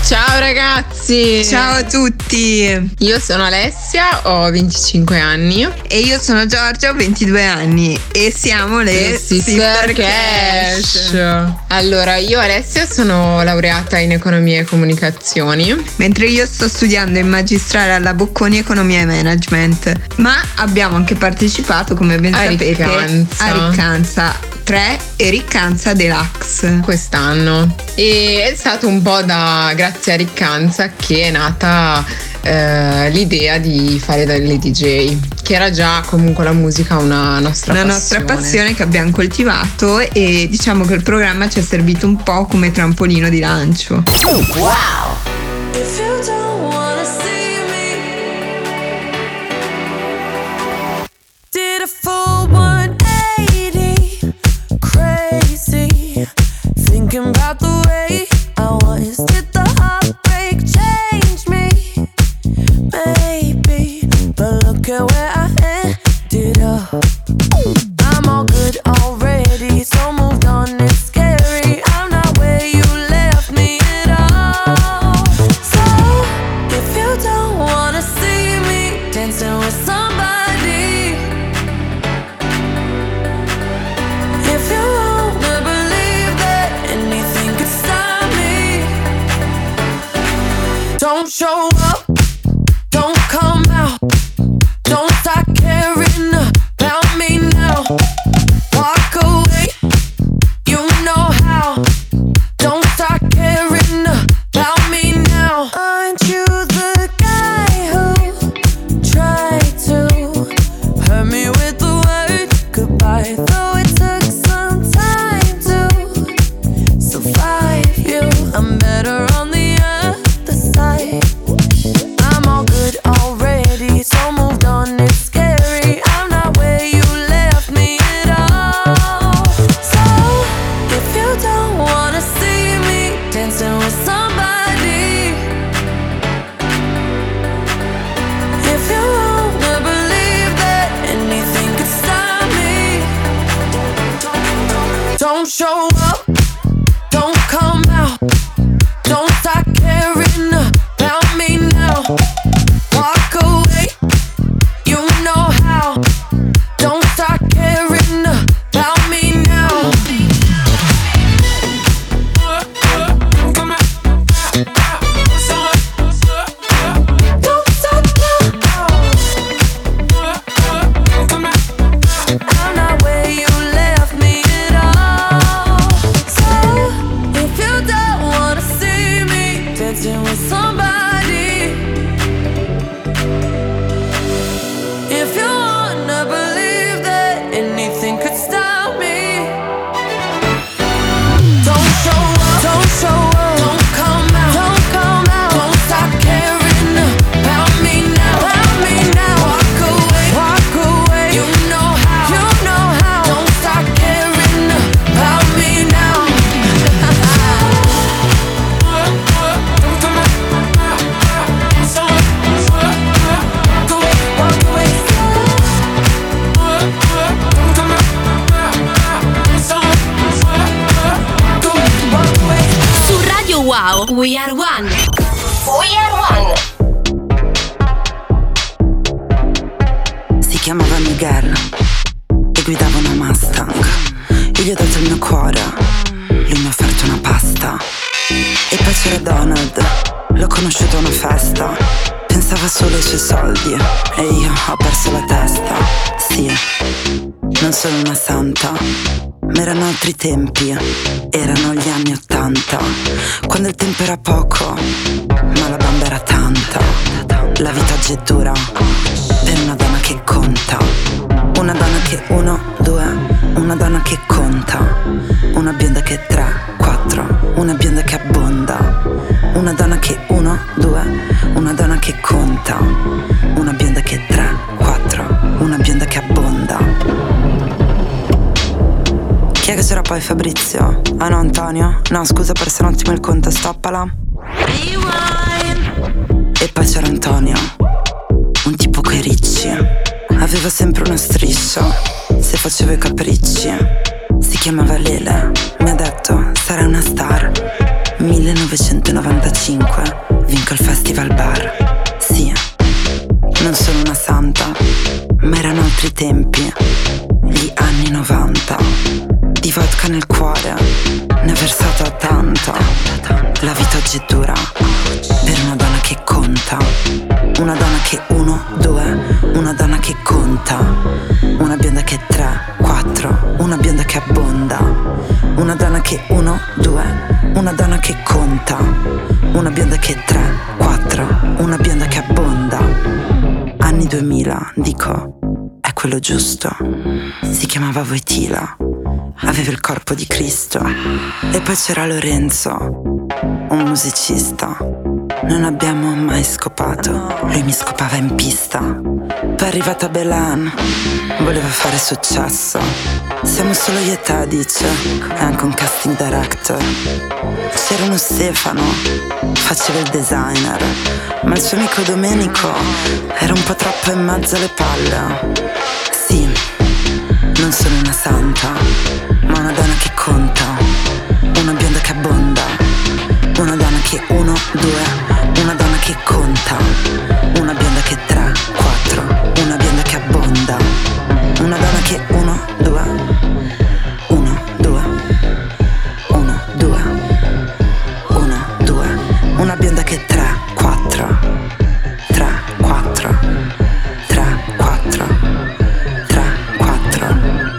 Ciao ragazzi! Ciao a tutti! Io sono Alessia, ho 25 anni. E io sono Giorgia, ho 22 anni. E siamo le Sister Cash. Allora, io Alessia sono laureata in economia e comunicazioni. Mentre io sto studiando in magistrale alla Bocconi economia e management. Ma abbiamo anche partecipato, come ben sapete, a Riccanza 3 e Riccanza Deluxe quest'anno. E è stato un po' grazie a Riccanza che è nata l'idea di fare delle DJ, che era già comunque la musica una nostra passione che abbiamo coltivato, e diciamo che il programma ci è servito un po' come trampolino di lancio. Wow! Thinking about the way I was, did the heartbreak change me? Maybe, but look at where I ended up. I'm all good already, so moved on, it's scary. I'm not where you left me at all. So, if you don't wanna see me dancing with somebody, if you wanna believe that anything could stop me, don't show up, don't come out, don't start caring about me now. Walk away, you know how. Don't start caring about me now. Aren't you the guy who tried to hurt me with the word goodbye? Though it took some time to survive you, I'm better on the other side. I'm all good already, so moved on, it's scary. I'm not where you left me at all. So, if you don't wanna see me dancing with somebody, if you wanna believe that anything could stop me, don't show up, don't come out, don't start caring about me now. Walk away, you know how. Don't start caring about me now. Don't stop now. I'm not where you left me at all. So, if you don't wanna see me dancing with somebody, if you wanna believe that anything could stop me, don't show up, don't show up, don't come out, don't come out, don't stop caring about me now, walk away, you know how, don't stop caring about me now. Su Radio Wow, We Are One. We Are One. Si chiamava Miguel e guidava una Mustang. Io gli ho dato il mio cuore, lui mi ha offerto una pasta. E poi c'era Donald, l'ho conosciuto a una festa. Pensava solo ai suoi soldi e io ho perso la testa. Sì, non sono una santa, ma erano altri tempi, erano gli anni '80, quando il tempo era poco, ma la bamba era tanta. La vita oggi è dura per una donna che conta, una donna che 1, 2, una donna che conta, una bionda che 3, 4, una bionda che abbonda, una donna che 1, 2, una donna che conta, una bionda che 3, 4, una bionda che abbonda. Chi è che c'era poi? Fabrizio? Ah no, Antonio? No, scusa, ho perso un attimo il conto, stoppala. E poi c'era Antonio, un tipo coi ricci, aveva sempre una striscia se facevo i capricci. Si chiamava Lele, mi ha detto sarai una star, 1995 vinco il Festival Bar. Sì, non sono una santa, ma erano altri tempi, gli anni 90. Di vodka nel cuore, ne ho versato tanta. La vita oggi è dura, per una donna che conta. Una donna che 1, 2, una donna che conta. Una bionda che 3, 4, una bionda che abbonda. Una donna che 1, 2, una donna che conta. Una bionda che 3, 4, una bionda che abbonda. Anni 2000, dico, è quello giusto. Si chiamava Wojtyla, aveva il corpo di Cristo. E poi c'era Lorenzo, un musicista. Non abbiamo mai scopato, lui mi scopava in pista. Poi è arrivata Belan, voleva fare successo. Siamo solo io e te, dice, e anche un casting director. C'era uno Stefano, faceva il designer, ma il suo amico Domenico era un po' troppo in mezzo alle palle. Sì, non sono una santa, ma una donna che conta. Una bionda che abbonda. Una donna che 1, 2, una donna che conta. Una bionda che 3, 4, una bionda che abbonda. Una donna che 1, 2, 1, 2, 1, 2, 1, 2. Una bionda che 3, 4, 3, 4, 3, 4, 3, 4.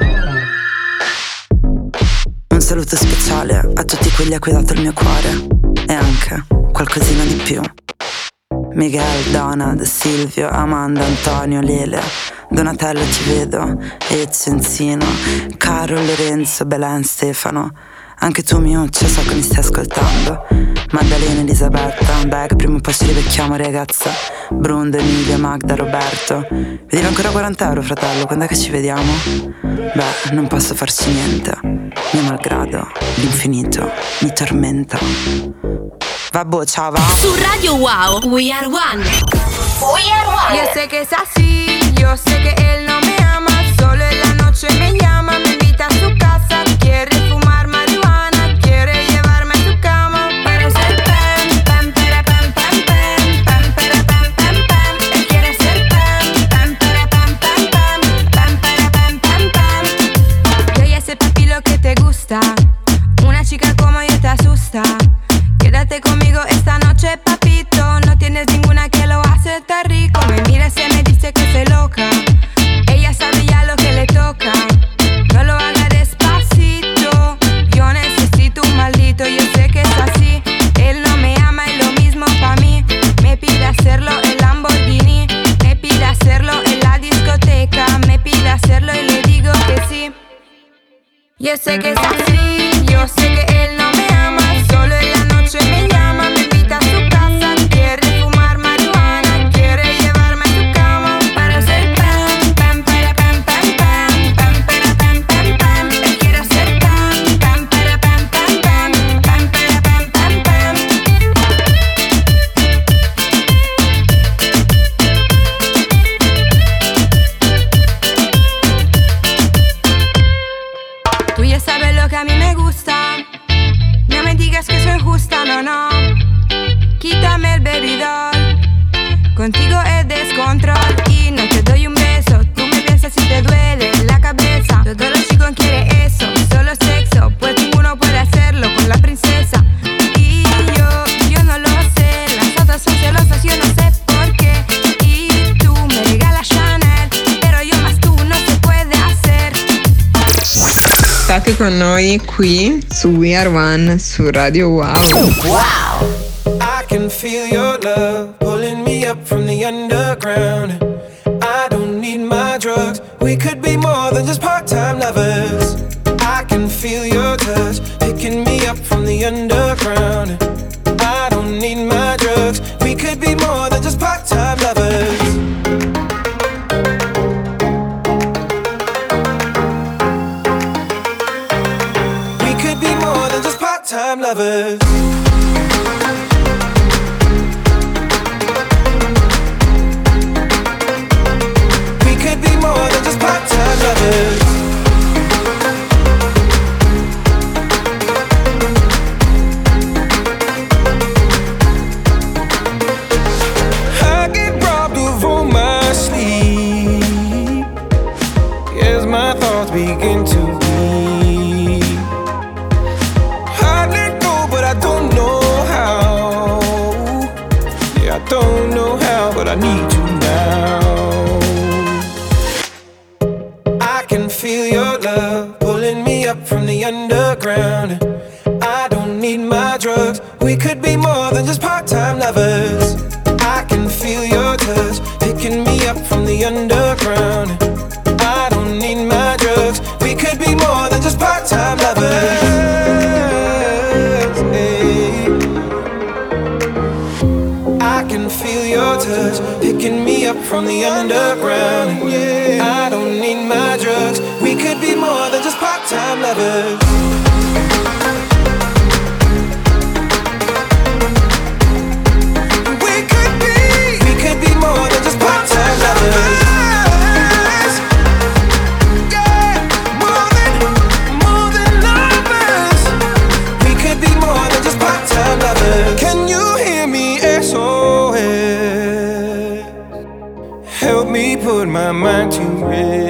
Un saluto speciale a tutti quelli a cui ho dato il mio cuore. E anche qualcosina di più. Miguel, Donald, Silvio, Amanda, Antonio, Lele, Donatello ti vedo, Ezio, Enzino, Caro, Lorenzo, Belen, Stefano. Anche tu Miuccia, so che mi stai ascoltando. Maddalena, Elisabetta, beh, prima o poi ci rivecchiamo ragazza. Brundo, Emilio, Magda, Roberto. Vi devo ancora 40 euro fratello, quando è che ci vediamo? Beh, non posso farci niente. Mio malgrado, l'infinito mi tormenta. Vabbè, ciao, va. Su Radio Wow, We Are One. We Are One. Yo sé que es así, yo sé que él no me ama. Solo en la noche me llama, me invita a su casa. Quiere fumar marihuana, quiere llevarme a su cama. Para ser pam, pam, para pam, pam, pam, pam, para pam, pam, pam. Él quiere ser pam, pam, para pam, pam, pam, pam, para pam, pam, pam. Yo ya sé papi lo que te gusta, una chica como yo te asusta. Quédate conmigo esta noche, papito. No tienes ninguna que lo hace tan rico. Me mira y se me dice que soy loca. Ella sabe ya lo que le toca. No lo haga despacito. Yo necesito un maldito. Yo sé que es así. Él no me ama y lo mismo pa' mí. Me pide hacerlo en Lamborghini. Me pide hacerlo en la discoteca. Me pide hacerlo y le digo que sí. Yo sé que es así. Yo sé que él no me ama. Solo en la noche me llama, me invita a su casa. Quiere fumar marihuana, quiere llevarme a su cama. Para hacer pam, pam, para pam, pam, pam, pam, para pam, pam, pam. Él quiere hacer pam, pam, para pam, pam, pam, pam, para pam, pam, pam. Tú ya sabes lo que a mí me gusta. No me digas que soy justa, no, no. Quítame el bebidor. Contigo es descontrol. Y no te doy un beso. Tú me piensas si te duele la cabeza. Todos los chicos quieren eso, solo sexo. Pues ninguno puede hacerlo con la princesa. Y yo no lo sé. Las otras son celosas, yo no sé por qué. Y tú me regalas Chanel, pero yo más tú no se puede hacer. State con noi qui su We Are One su Radio Wow. Wow. I can feel your love pulling me up from the underground. I don't need my drugs. We could be more than just part-time lovers. I can feel your touch picking me up from the underground. I don't need my drugs. We could be more than just part-time lovers. We could be more than just part-time lovers. don't know how, but I need you now. I can feel your love pulling me up from the underground. I don't need my drugs, we could be more than just part-time lovers. I can feel your touch picking me up from the underground. I don't need my drugs, we could be more than just part-time lovers. Hey. I can feel your touch picking me up from the underground. Yeah. I don't need my drugs, we could be more than just part-time lovers. More than just part-time lovers. Yeah, more than lovers. We could be more than just part-time lovers. Can you hear me, SOS? Help me put my mind to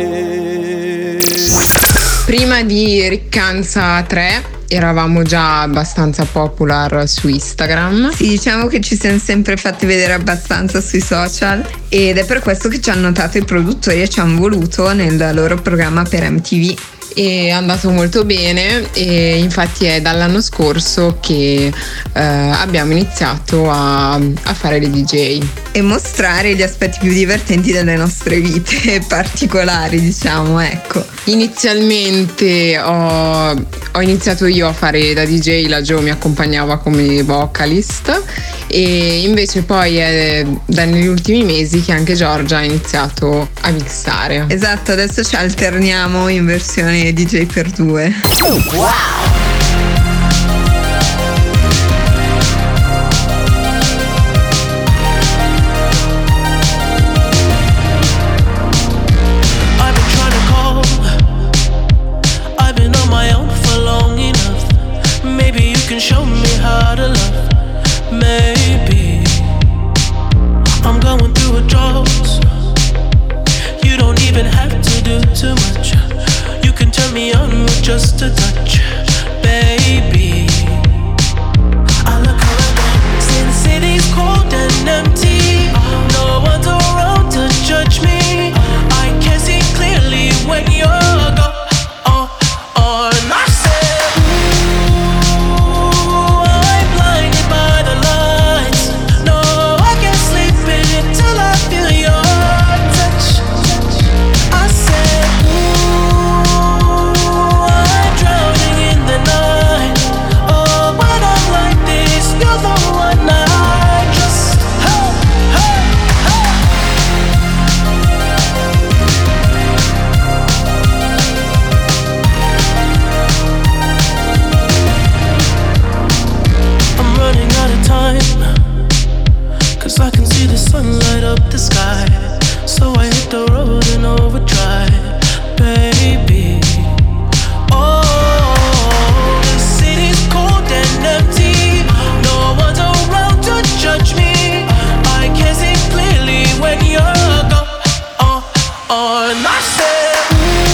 rest. Prima di Riccanza 3 eravamo già abbastanza popular su Instagram. Sì, diciamo che ci siamo sempre fatti vedere abbastanza sui social ed è per questo che ci hanno notato i produttori e ci hanno voluto nel loro programma per MTV. E è andato molto bene e infatti è dall'anno scorso che abbiamo iniziato a fare le DJ e mostrare gli aspetti più divertenti delle nostre vite particolari, diciamo, ecco. Inizialmente ho iniziato io a fare da DJ, la Jo mi accompagnava come vocalist e invece poi è negli ultimi mesi che anche Giorgia ha iniziato a mixare. Esatto, adesso ci alterniamo in versione DJ per due. Wow! Show me how to love. Maybe I'm going through a drought. You don't even have to do too much. You can turn me on with just a touch, baby. I look around since city's cold and empty. No one's around to judge me. I can see clearly when you're gone. I can see the sun light up the sky, so I hit the road in overdrive, baby. Oh, the city's cold and empty. No one's around to judge me. I can see clearly when you're gone. And I said,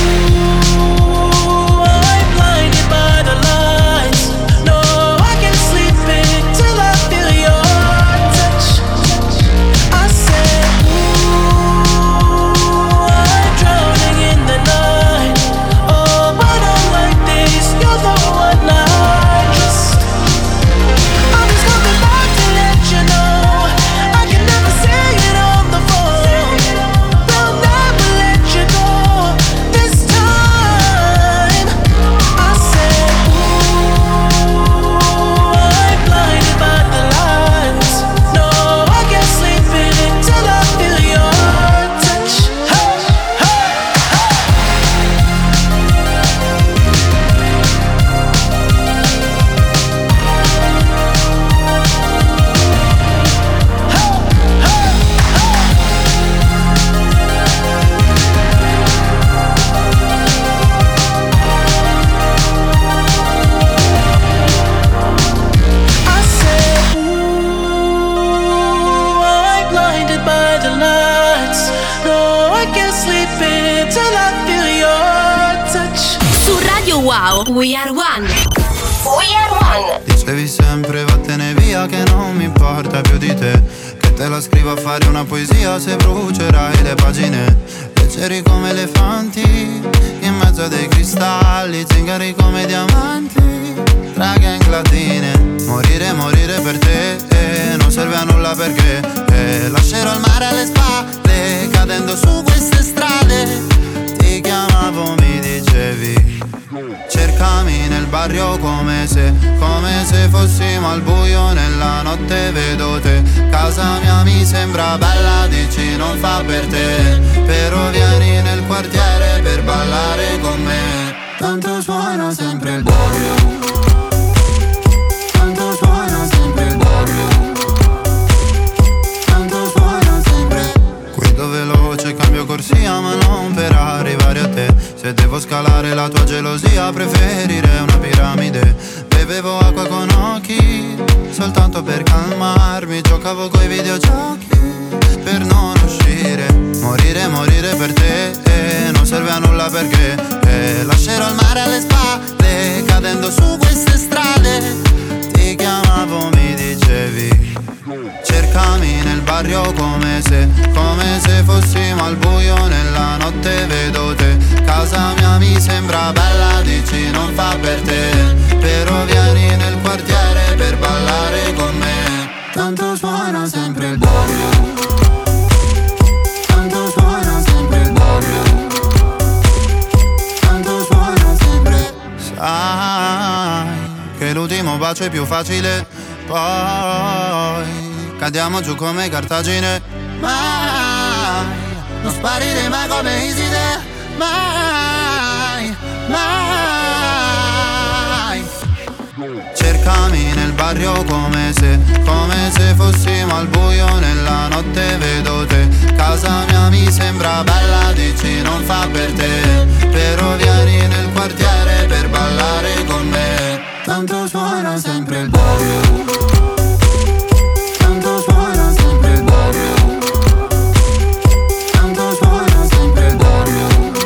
ooh, I'm blinded by the lights. No, I can't sleep until I feel your touch. I said, ooh, I'm drowning in the night. Oh, but I'm like this, you're the one I trust. I'm just coming back to let you know I can never say it on the phone. They'll never let you go this time. I said, ooh, I'm blinded by the lights. No, I can't sleep until I feel your touch. Hey, hey, I said, ooh, I'm blinded by the lights. No, I can't sleep until I feel your touch. Su Radio Wow, We Are One. We Are One. Dicevi sempre vattene via che non mi importa più di te, che te la scrivo a fare una poesia se brucerai le pagine. Leggeri come elefanti, in mezzo a dei cristalli, zingari come diamanti, tra gang latine. Morire, morire per te, non serve a nulla perché lascerò il mare alle spalle, cadendo su queste strade. Ti chiamavo, mi dicevi, cercami nel barrio come se fossimo al buio nella notte, vedo te. Casa mia mi sembra bella, dici non fa per te, però vieni nel quartiere per ballare con me. Tanto suona sempre il barrio, tanto suona sempre il barrio, tanto suona sempre. Guido veloce, cambio corsia ma non per arrivare a te. Se devo scalare la tua gelosia preferirei una piramide. Bevevo acqua con occhi soltanto per calmarmi, giocavo coi videogiochi per non uscire. Morire, morire per te, non serve a nulla perché lascerò il mare alle spalle, cadendo su queste strade. Ti chiamavo, mi dicevi, cercami nel barrio come se fossimo al buio nella notte, vedo te. Casa mia mi sembra bella, dici non fa per te, però vieni nel quartiere per ballare con me. Tanto suona sempre il barrio, tanto suona sempre il barrio, tanto suona sempre. Sai che l'ultimo bacio è più facile, poi cadiamo giù come Cartagine. Mai non sparire mai come Iside, mai, mai. Cercami nel barrio come se fossimo al buio nella notte, vedo te. Casa mia mi sembra bella, dici non fa per te, però vieni nel quartiere per ballare con me. Tanto suona sempre il barrio, tanto suona sempre il barrio, tanto suona sempre il barrio.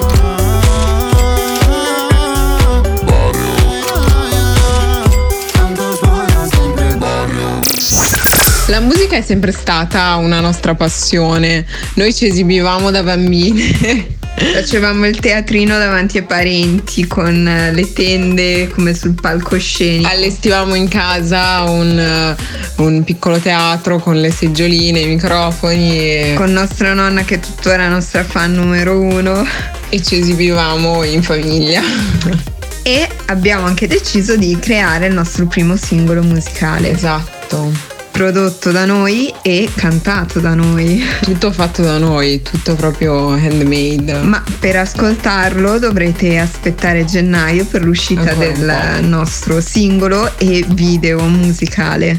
La musica è sempre stata una nostra passione. Noi ci esibivamo da bambine. Facevamo il teatrino davanti ai parenti con le tende come sul palcoscenico. Allestivamo in casa un piccolo teatro con le seggioline, i microfoni con nostra nonna che tuttora nostra fan numero 1, e ci esibivamo in famiglia. E abbiamo anche deciso di creare il nostro primo singolo musicale. Esatto. Prodotto da noi e cantato da noi. Tutto fatto da noi, tutto proprio handmade. Ma per ascoltarlo dovrete aspettare gennaio per l'uscita del nostro singolo e video musicale.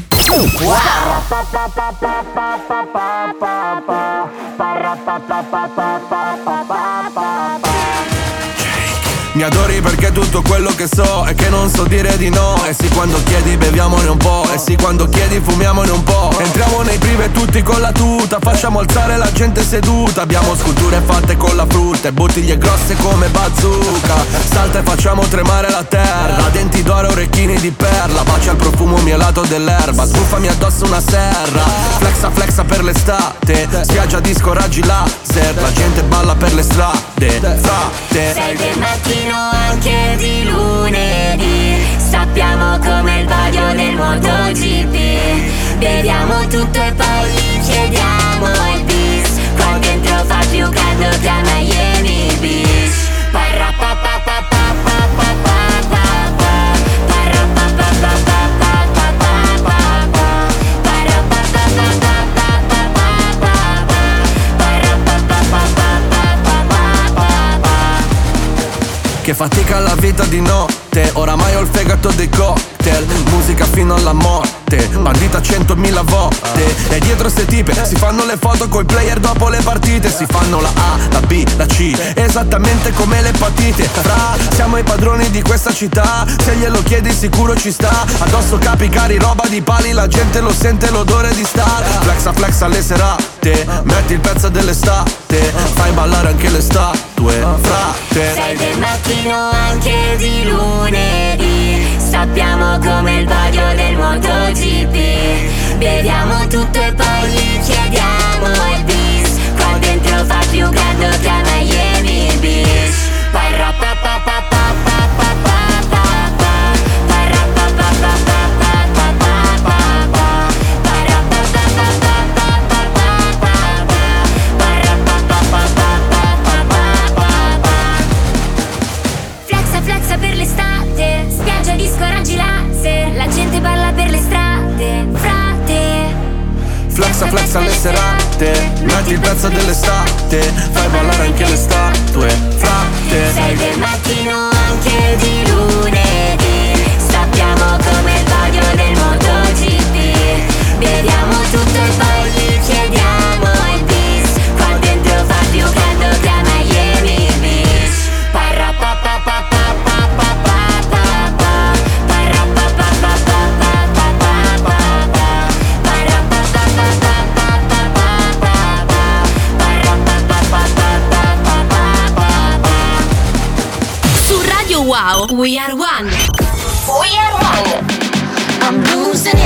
Mi adori perché tutto quello che so è che non so dire di no. E sì, quando chiedi beviamone un po', e sì, quando chiedi fumiamone un po'. Entriamo nei prive tutti con la tuta, facciamo alzare la gente seduta. Abbiamo sculture fatte con la frutta e bottiglie grosse come bazooka. Salta e facciamo tremare la terra, denti d'oro, orecchini di perla. Bacia il profumo mielato dell'erba, sbuffami addosso una serra. Flexa flexa per l'estate, spiaggia disco raggi laser. La gente balla per le strade, frate. Sei del mattino anche di lunedì, sappiamo come il vaglio del MotoGP. Beviamo tutto e poi gli chiediamo il bis, qua dentro fa più caldo che a Miami Beach. Parra pa pa pa pa pa pa pa pa pa, parra pa pa pa pa pa pa pa pa pa, parra pa pa pa pa pa pa pa pa pa, parra pa pa pa pa pa pa pa pa. Che fatica la vita di notte, oramai ho il fegato dei cocktail. Musica fino alla morte, bandita 100.000 volte. E dietro ste tipe si fanno le foto coi player dopo le partite. Si fanno la A, la B, la C, esattamente come l'epatite. Fra, siamo i padroni di questa città, se glielo chiedi sicuro ci sta. Addosso capi cari, roba di pali, la gente lo sente l'odore di star. Flexa flexa alle serate, metti il pezzo dell'estate, fai ballare anche le statue, frate. Sei del mattino anche di lunedì, sappiamo come il vaglio del MotoGP. Beviamo tutto e poi gli chiediamo il bis. Qua dentro fa più caldo che a Miami Beach. Parra pa pa pa pa pa pa pa pa pa. Parra pa pa pa pa pa pa pa pa pa. Parra pa pa pa pa pa pa pa pa pa. Parra pa pa pa pa pa pa pa pa. Flexa flexa per l'estate, spiaggia disco raggi laser, la gente balla per le strade, frate. Flexa flexa alle serate, metti il pezzo dell'estate, fai ballare anche le statue, frate. Sei del mattino anche di lunedì, sappiamo come il podio del MotoGP. Beviamo tutto e poi gli chiediamo il bis. Qua dentro fa più caldo che a Miami Beach. Parra pa pa pa pa pa pa pa pa pa. Parra pa pa pa pa pa pa pa pa pa. Parra pa pa pa pa pa pa pa pa pa. Parra pa pa pa pa pa pa pa pa. Su Radio Wow, We Are One. We are one. I'm losing it.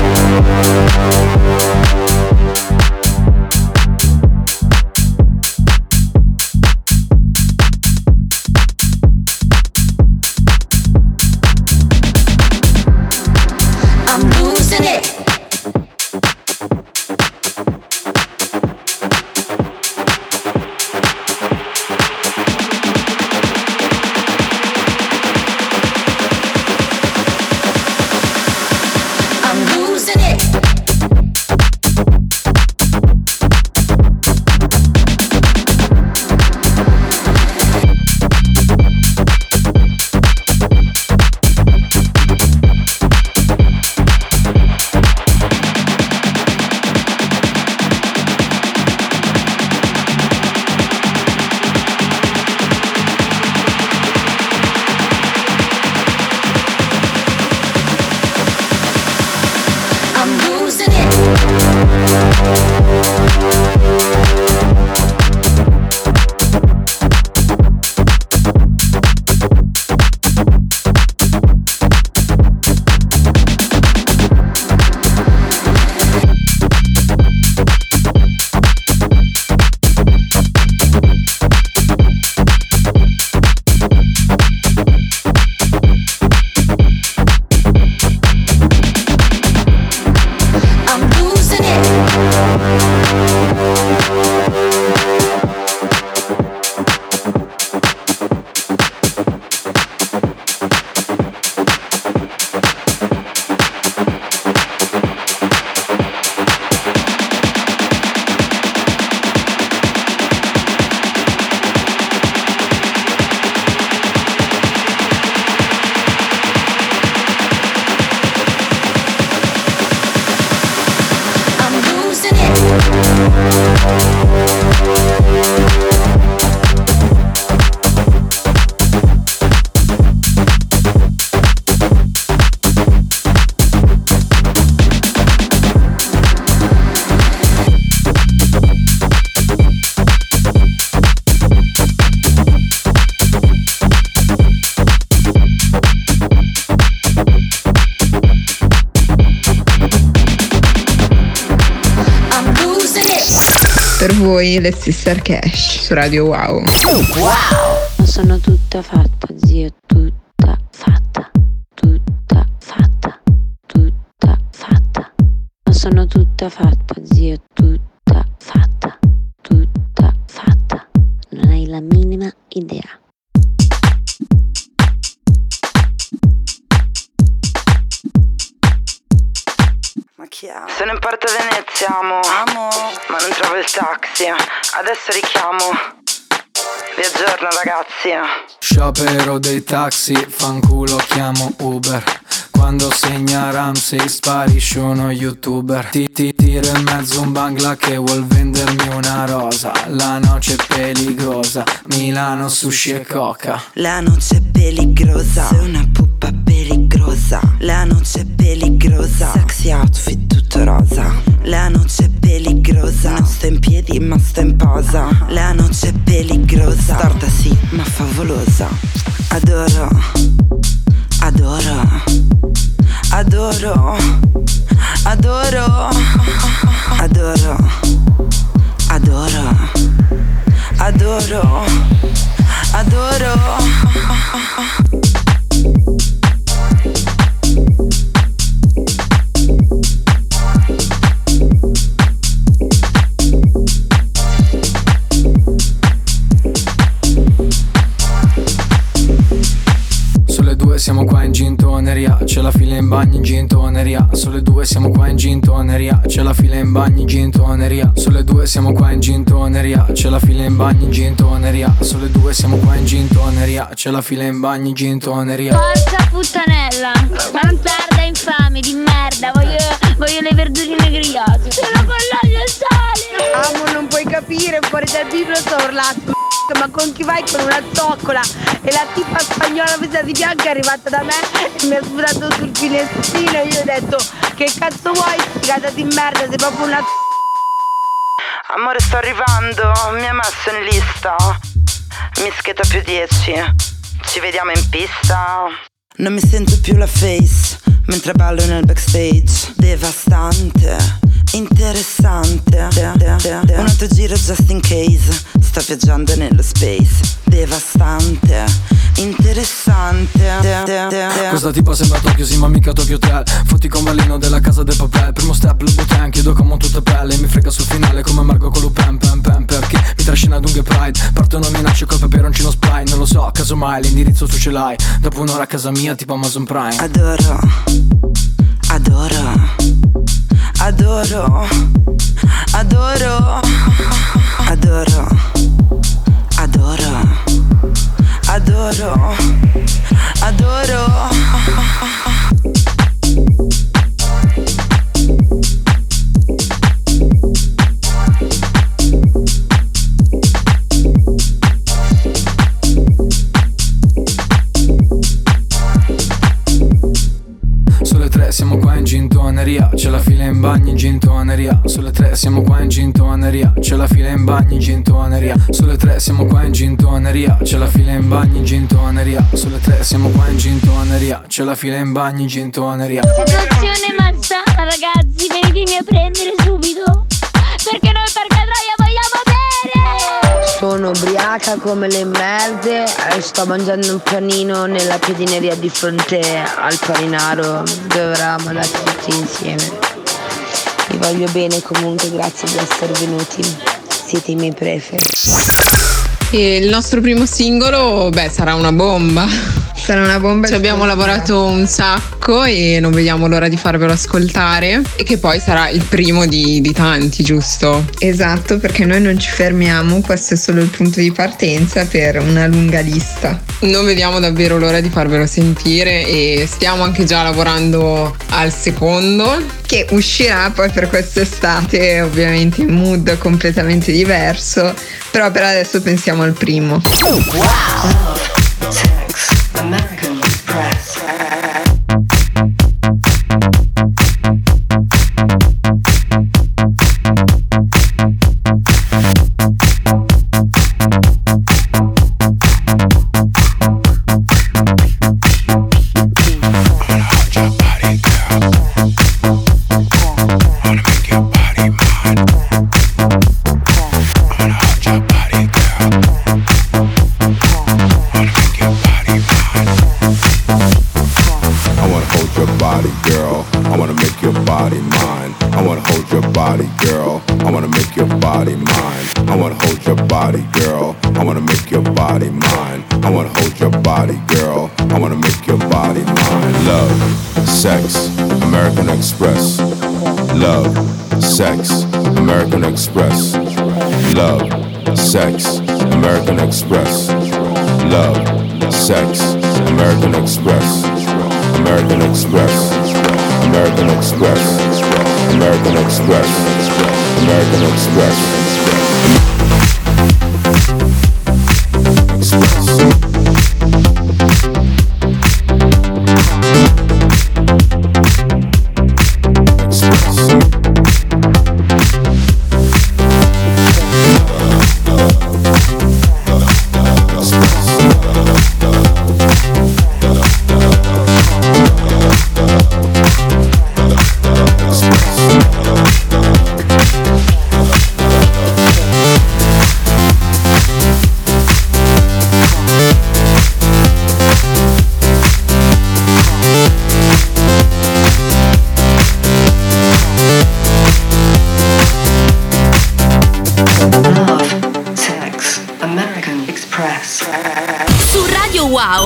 I'm losing it. I'm losing it. I'm losing it. I'm losing it. I'm losing it. I'm losing it. Per voi le Sister Cash su Radio Wow. Ma sono tutta fatta, zio, tutta fatta, tutta fatta, tutta fatta. Ma sono tutta fatta, zio, tutta fatta, tutta fatta. Non hai la minima idea. Ma chi è? Sono in Porto Venezia, amo, ma non trovo il taxi. Adesso richiamo. Vi aggiorno, ragazzi. Sciopero dei taxi, fanculo, chiamo Uber. Quando segna Ramsey sparisce uno youtuber. Ti tiro in mezzo un bangla che vuol vendermi una rosa. La noce peligrosa, Milano, sushi e coca. La noce peligrosa, sei una puppa peligrosa. La noce peligrosa, sexy outfit tutto rosa. La noce peligrosa, non sto in piedi ma sto in posa. La noce peligrosa, storta sì ma favolosa. Adoro, adoro, adoro, adoro. Adoro, adoro, adoro, adoro. Siamo qua in gintoneria, c'è la fila in bagno in gintoneria. Sulle 2 siamo qua in gintoneria, c'è la fila in bagno in gintoneria. Sulle 2 siamo qua in gintoneria, c'è la fila in bagno in gintoneria. Sulle 2 siamo qua in gintoneria, c'è la fila in bagno in gintoneria. Porca puttanella, bastarda infame di merda, voglio le verdurine grigliate. Sono con l'olio e sale. Amo, non puoi capire, fuori dal biblo sto urlando. Ma con chi vai con una zoccola? E la tipa spagnola vestita di bianco è arrivata da me e mi ha sputato sul finestrino e io ho detto: che cazzo vuoi, figata di merda, sei proprio una Amore, sto arrivando, mi ha messo in lista. Mischeta più 10. Ci vediamo in pista. Non mi sento più la face mentre ballo nel backstage. Devastante, interessante. Un altro giro just in case. Sto viaggiando nello space. Devastante, interessante. Questa tipa sembra Tokyo, sì ma mica Tokyo Hotel. Fotti con Valino della casa del papel. Primo step, le button, chiedo come tutta pelle. Mi frega sul finale come Marco con Lupin, pam pam. Perché mi trascina dunque Pride. Partono minacce col peperoncino spray. Non lo so, casomai l'indirizzo tu ce l'hai. Dopo un'ora a casa mia tipo Amazon Prime. Adoro, adoro, adoro, adoro, adoro, adoro, adoro, adoro. Sulle 3 siamo qua in gintoneria, c'è la fila in bagno in gintoneria. Sulle 3 siamo qua in gintoneria, c'è la fila in bagno in gintoneria. Sulle 3 siamo qua in gintoneria, c'è la fila in bagno in gintoneria. Sulle 3 siamo qua in gintoneria, c'è la fila in bagno in gintoneria. Situazione malsana, ragazzi, venitemi a prendere subito, perché noi per Troia vogliamo bere. Sono ubriaca come le merde e sto mangiando un panino nella piedineria di fronte al Paninaro, dove eravamo andati tutti insieme. Vi voglio bene comunque, grazie di essere venuti, siete i miei preferi. E il nostro primo singolo, sarà una bomba. Sarà una bomba. Ci abbiamo lavorato un sacco e non vediamo l'ora di farvelo ascoltare. E che poi sarà il primo di tanti, giusto? Esatto, perché noi non ci fermiamo, questo è solo il punto di partenza per una lunga lista. Non vediamo davvero l'ora di farvelo sentire e stiamo anche già lavorando al secondo, che uscirà poi per quest'estate, ovviamente in mood completamente diverso, però per adesso pensiamo al primo. Wow. Sex, American Express. Sex, American Express. Love, sex, American Express. Love, sex, American Express. American Express. American Express. American Express. American Express.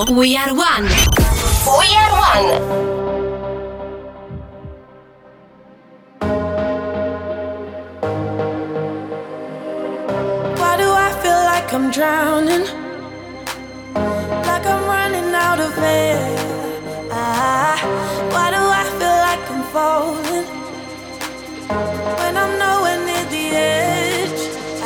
Wow, We Are One. We Are One. Why do I feel like I'm drowning? Like I'm running out of air. Why do I feel like I'm falling when I'm nowhere near the edge?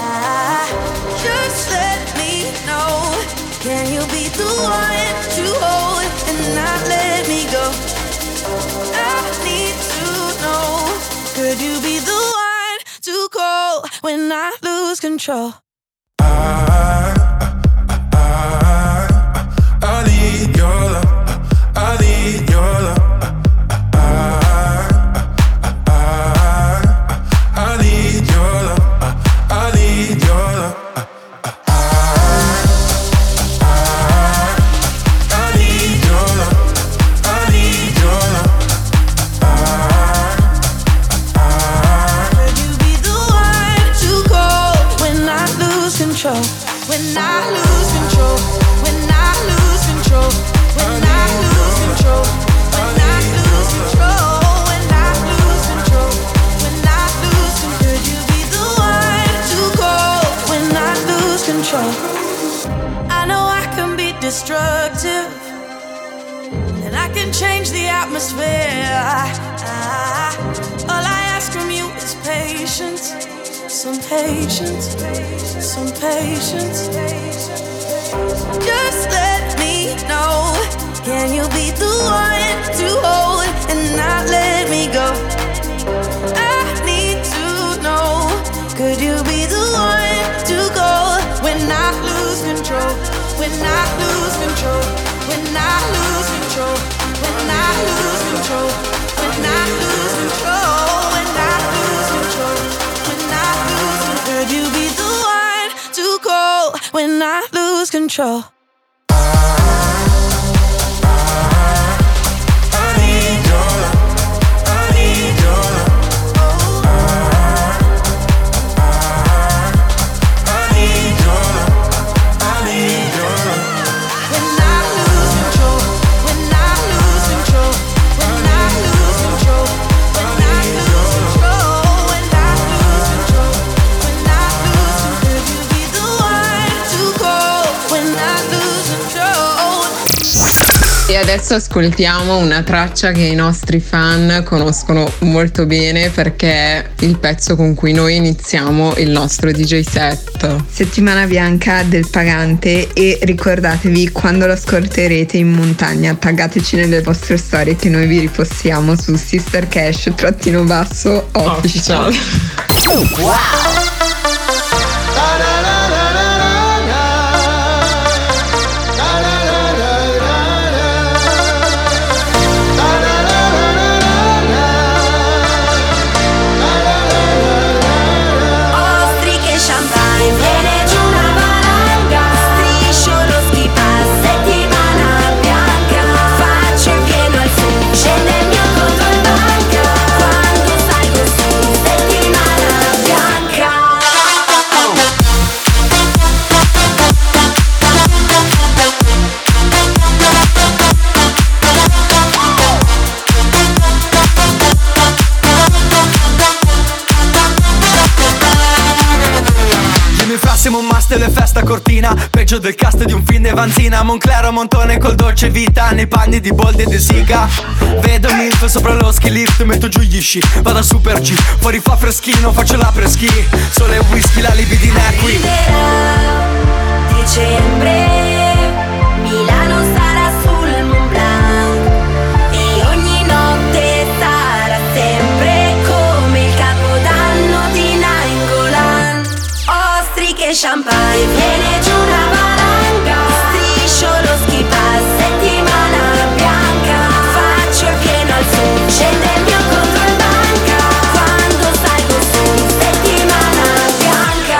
Just let me know. Can you be the one to hold and not let me go? I need to know. Could you be the one to call when I lose control? I need your love. I need your love. I need your love. I need your love. When I lose control, when I lose control, when I lose control, when I lose control, when I lose control, when I lose control, could you be the one to call when I lose control? I know I can be destructive, and I can change the atmosphere. All I ask from you is patience. Some patience, some patience. Just let me know. Can you be the one to hold and not let me go? I need to know. Could you be the one to go when I lose control? When I lose control? When I lose control? When I lose control? When I lose control? When I lose control? Could you be the one to call when I lose control? E adesso ascoltiamo una traccia che i nostri fan conoscono molto bene perché è il pezzo con cui noi iniziamo il nostro DJ set. Settimana bianca del pagante, e ricordatevi, quando lo ascolterete in montagna, taggateci nelle vostre storie che noi vi ripostiamo su sistercash_official. Wow. Siamo un master e festa cortina, peggio del cast di un film di Vanzina. Monclero Montone col dolce vita, nei panni di Boldi e De Sica. Vedo milf sopra lo ski lift, metto giù gli sci, vado a super G, fuori fa freschino, faccio la preschi. Sole e whisky, la libidina è qui. Dicembre, Milano sarà sul Mont Blanc e ogni notte sarà sempre come il capodanno di Nainggolan. Ostriche e champagne, viene giù una valanga, striscio lo ski pass, settimana bianca, faccio il pieno al sud, scende il mio conto in banca, quando salgo su, settimana bianca.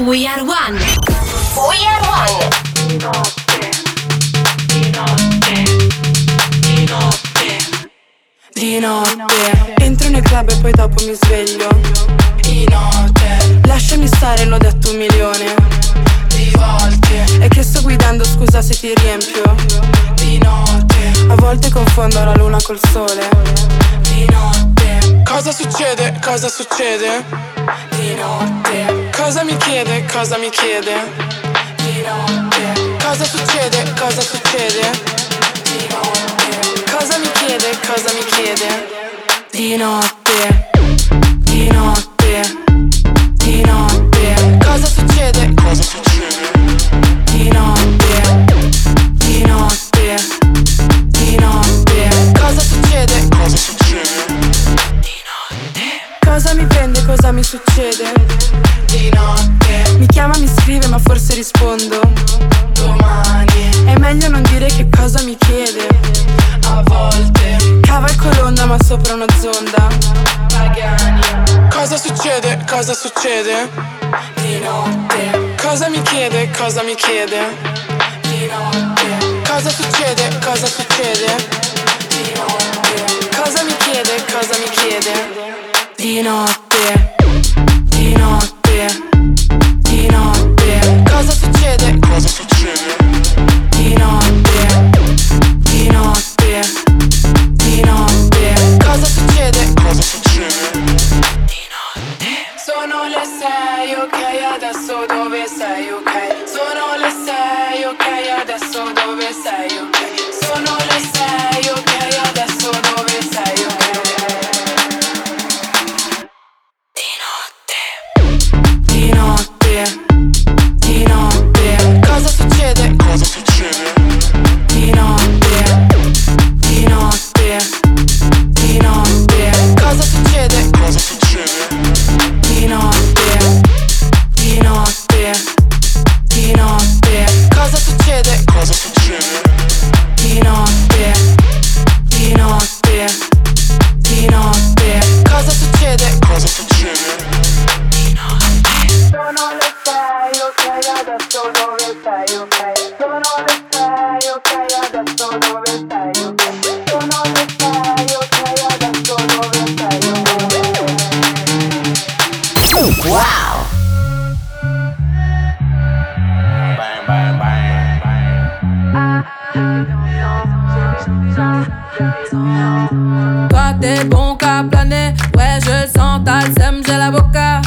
We are one. We are one. Di notte entro nel club e poi dopo mi sveglio. Di notte lasciami stare, l'ho detto 1 milione di volte. E che sto guidando, scusa se ti riempio. Di notte a volte confondo la luna col sole. Di notte cosa succede, cosa succede? Di notte cosa mi chiede, cosa mi chiede? Di notte cosa succede, cosa succede? Di notte cosa mi chiede, cosa mi chiede? Di notte, di notte, di notte cosa succede, cosa succede? Di notte, di notte, di notte cosa succede, cosa succede? Di notte cosa mi prende, cosa mi succede? Di notte mi chiama, mi scrive ma forse rispondo domani. È meglio non dire che cosa mi chiede. A volte cavalco l'onda ma sopra una zonda. Pagani. Cosa succede? Cosa succede? Di notte cosa mi chiede? Cosa mi chiede? Di notte cosa succede? Cosa succede? Di notte cosa mi chiede? Cosa mi chiede? Di notte, di notte, di notte cosa succede? Cosa succede? Di notte, di notte, di notte cosa succede? Cosa succede? Di notte. Sono le 6, ok, adesso dove sei, ok? Sono le 6, ok, adesso dove sei, ok? Sono le 6, ok, adesso dove sei, ok? Di notte, di notte cosa succede? Cosa succede? Di notte, di notte, di notte cosa succede? Cosa succede? Di notte, di notte, di notte cosa succede? Cosa succede? Di notte, di notte, di notte cosa succede? Cosa succede? Di notte. Sono le 6, ok, adesso dove sei, ok? Sono le 6, ok, adesso dove sei, ok? Sono le 6, ok, adesso dove sei, ok? Wow. Bang, bang, bang, bang. Toi t'es bon qu'à planer, ouais je le sens, t'as le seum, j'ai la boca.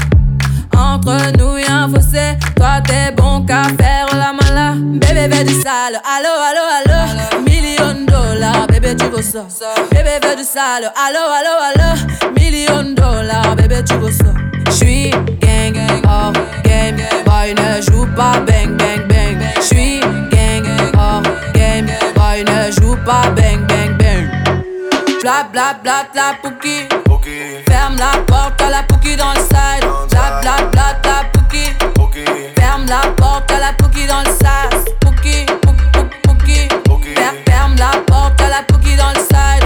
Entre nous y'a un fossé, toi t'es bon qu'à faire la mala. Bébé veut du sale, allo, allo, allo. $1 million, bébé tu veux ça. Bébé veut du sale, allo, allo, allo. $1 million, bébé tu veux ça. J'suis gang, hors game, boy ne joue pas bang, bang, bang. J'suis gang, hors game, boy ne joue pas bang, bang, bang. Bla bla bla bla pouki. Ferme la porte à la pouki dans le side. Bla bla bla bla pouki. Ferme la porte à la pouki dans le sas. Pouki, pouki, pouki. Ferme la porte à la pouki dans le side.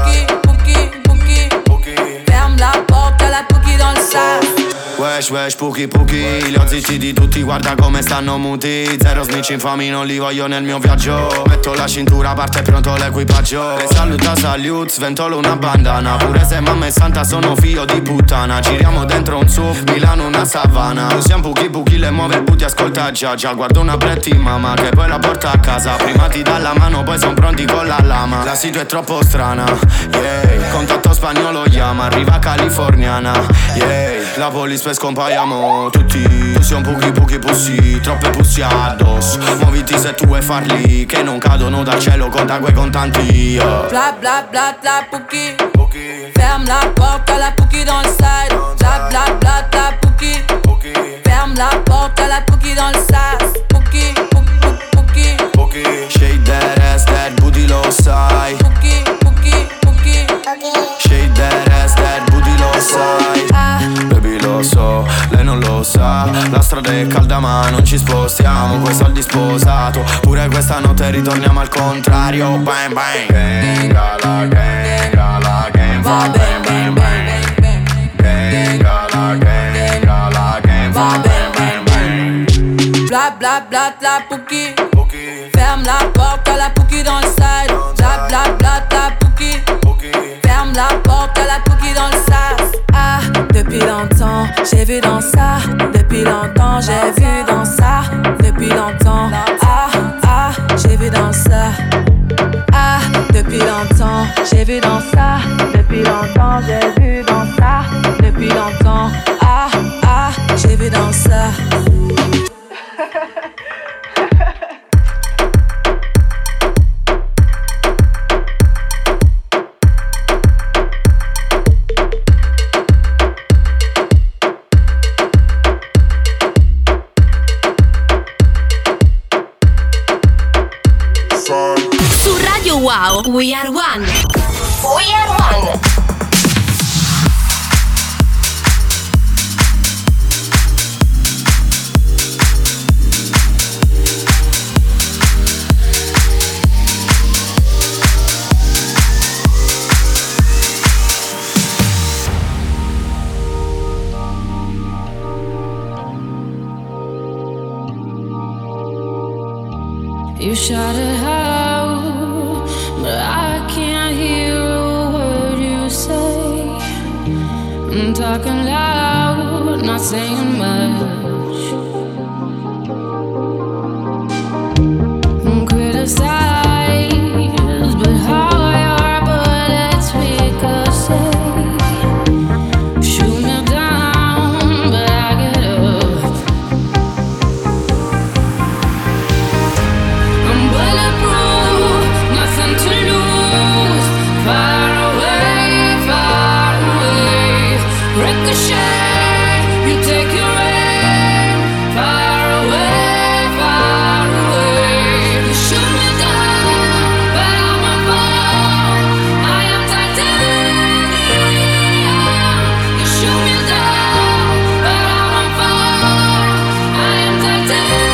Pouki, pouki, pouki. Ferme la porte à la pouki dans le sas. Wesh, wesh, puki, puki. Li ho zitti di tutti, guarda come stanno muti. Zero snitch infami, non li voglio nel mio viaggio. Metto la cintura, parte pronto l'equipaggio. E saluta, salut, sventolo una bandana. Pure se mamma è santa, sono figlio di puttana. Giriamo dentro un SUV, Milano una savana. Usiamo puki, puki, le muove il booty, ascolta già. Guardo una pretty mama che poi la porta a casa. Prima ti dà la mano, poi son pronti con la lama. La situa è troppo strana, yeah. Contatto spagnolo chiama, arriva californiana, yeah. La police poi scompaiamo tutti. Siamo puki puki pussi, troppe pussi addosso. Muoviti se tu vuoi farli, che non cadono dal cielo, conta quei contanti, yeah. Bla bla bla bla pouki. Ferme la porte à la pouki dans le side. Bla bla bla bla pouki. Ferme la porte à la pouki dans le sas. Pouki, pouki, pouki. Shake that ass, that booty lo sai. Pouki, pouki, pouki. Shake that ass, that booty lo sai. Baby lo so, lei non lo sa. La strada è calda ma non ci spostiamo. Coi soldi sposato, pure questa notte ritorniamo al contrario. Bang bang. Gang alla gang, alla gang. Va bang bang bang. Gang alla gang, alla gang. Va bang bang bang. bla la Pookie. Ferme la porte à la Pookie dans le side. Bla bla bla la Pookie. Ferme la porte à la Pookie dans le sas. Ah, depuis longtemps, j'ai vu dans ça. Depuis longtemps, j'ai vu dans ça. Depuis longtemps, ah, ah, j'ai vu dans ça. Ah, depuis longtemps, j'ai vu dans ça. Depuis longtemps, j'ai vu dans ça. Depuis longtemps, ah, ah, j'ai vu dans ça. Su Radio Wow, We Are One. We Are One. You shout it out, but I can't hear a word you say. I'm talking loud, not saying much. I'm criticized, but how your bullets ricochet. Shoot me down, but I get up. I'm bulletproof, nothing to lose. Far away, ricochet. You take your aim. Far away, you shoot me down, but I won't fall. I am titanium. You shoot me down, but I won't fall. I am titanium.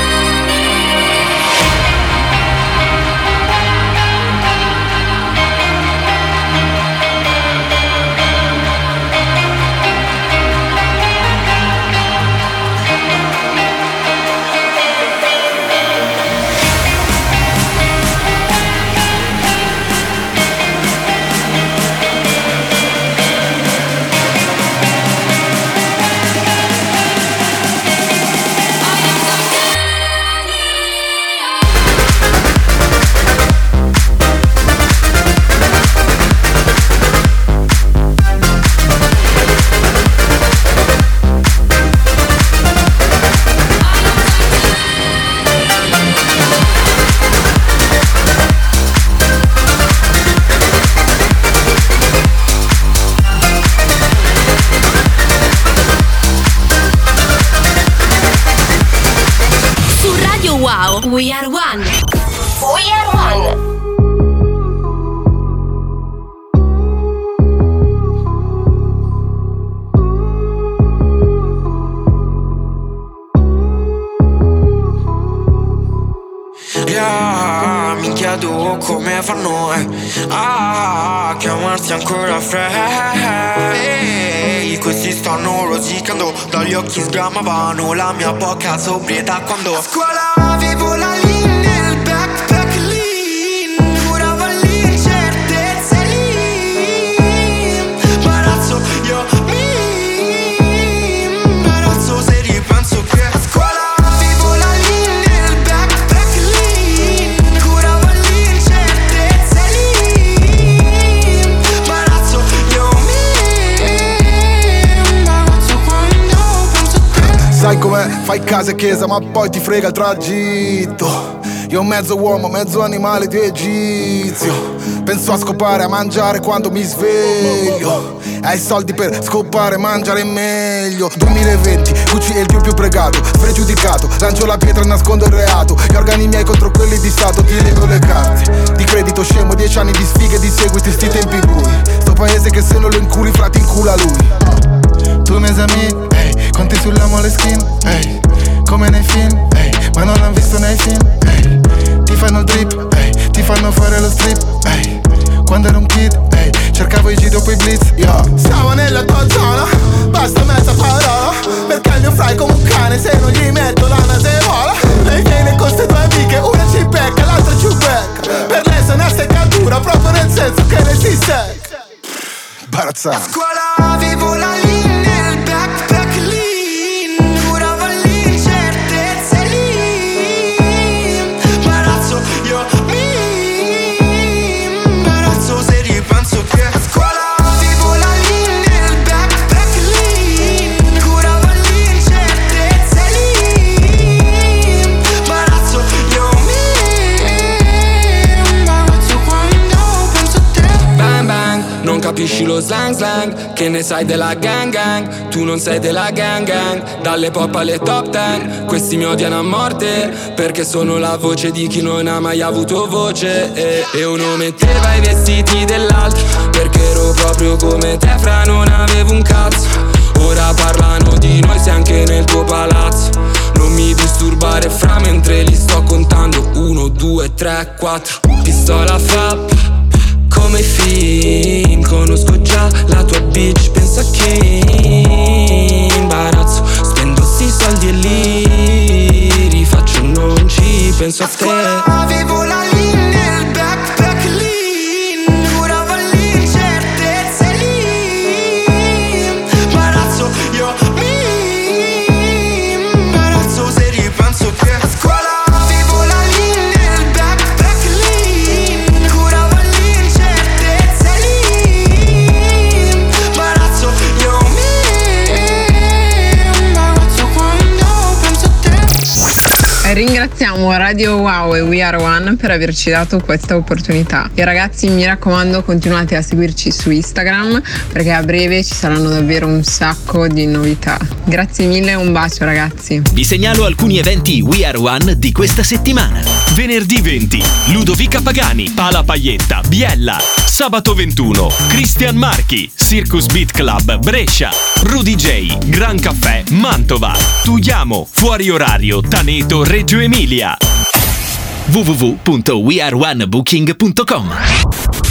Su Radio Wow, We Are One. We Are One. Yeah, mi chiedo come fanno a chiamarsi ancora Frey. Questi stanno rosicando, dagli occhi sgramavano la mia bocca sobrietà quando a scuola avevo la linea nel backpack lean. Curava l'incertezza lì. Imbarazzo, io mi imbarazzo se ripenso che a scuola avevo la linea nel backpack lean. Curava l'incertezza lì. Imbarazzo, io mi imbarazzo quando penso a te. Sai com'è? Fai casa e chiesa ma poi ti frega il tragitto. Io mezzo uomo, mezzo animale di Egizio. Penso a scopare, a mangiare quando mi sveglio. Hai soldi per scopare, mangiare meglio. 2020, Gucci è il dio più pregato. Spregiudicato, lancio la pietra e nascondo il reato. Gli organi miei contro quelli di stato. Ti leggo le carte di credito scemo, 10 anni di sfighe e di seguiti, sti tempi bui. Sto paese che se non lo inculi, frati incula lui. Tu mes amis, ehi, conti sulla Moleskine, ehi, come nei film, ehi, ma non l'han visto nei film, ehi. Ti fanno il drip, ehi, ti fanno fare lo strip, ehi. Quando ero un kid, ehi, cercavo i G dopo i blitz, yeah. Siamo nella tua zona, basta mezza parola, perché il mio fry come un cane se non gli metto la nasevola. lei viene con ste due amiche, una ci becca, l'altra ci becca. Per lei sono una seccatura, proprio nel senso che lei si secca. Imbarazzante. A scuola avevo la linea nel backpack lean, curavo l'incertezza lì. Imbarazzo, io mi imbarazzo se ripenso che a scuola avevo la linea nel backpack lean, curavo l'incertezza lì. Imbarazzo, io mi imbarazzo quando penso a te. Bang bang, non capisci lo slang slang, che ne sai della gang gang? Tu non sei della gang gang, dalle pop alle top 10. Questi mi odiano a morte, perché sono la voce di chi non ha mai avuto voce. E uno metteva i vestiti dell'altro, perché ero proprio come te, fra non avevo un cazzo. Ora parlano di noi, sei anche nel tuo palazzo. Non mi disturbare fra mentre li sto contando. 1, 2, 3, 4. Pistola fap come i film, conosco già la tua bitch, pensa che imbarazzo. Spendo sti soldi e li rifaccio, non ci penso a te. Avevo la linea nel backpack lean, curavo l'incertezza lì. Imbarazzo, io mi imbarazzo se ripenso che a scuola avevo la linea nel backpack lean, curavo l'incertezza lì. Imbarazzo, io mi imbarazzo quando penso a te. Ringraziamo Radio Wow e We Are One per averci dato questa opportunità. E ragazzi, mi raccomando, continuate a seguirci su Instagram, perché a breve ci saranno davvero un sacco di novità. Grazie mille e un bacio ragazzi. Vi segnalo alcuni eventi We Are One di questa settimana. Venerdì 20 Ludovica Pagani, Pala Paietta, Biella. Sabato 21 Christian Marchi, Circus Beat Club, Brescia. Rudy J, Gran Caffè, Mantova. Tuiamo, Fuori Orario, Taneto, Reggio Emilia. www.weareonebooking.com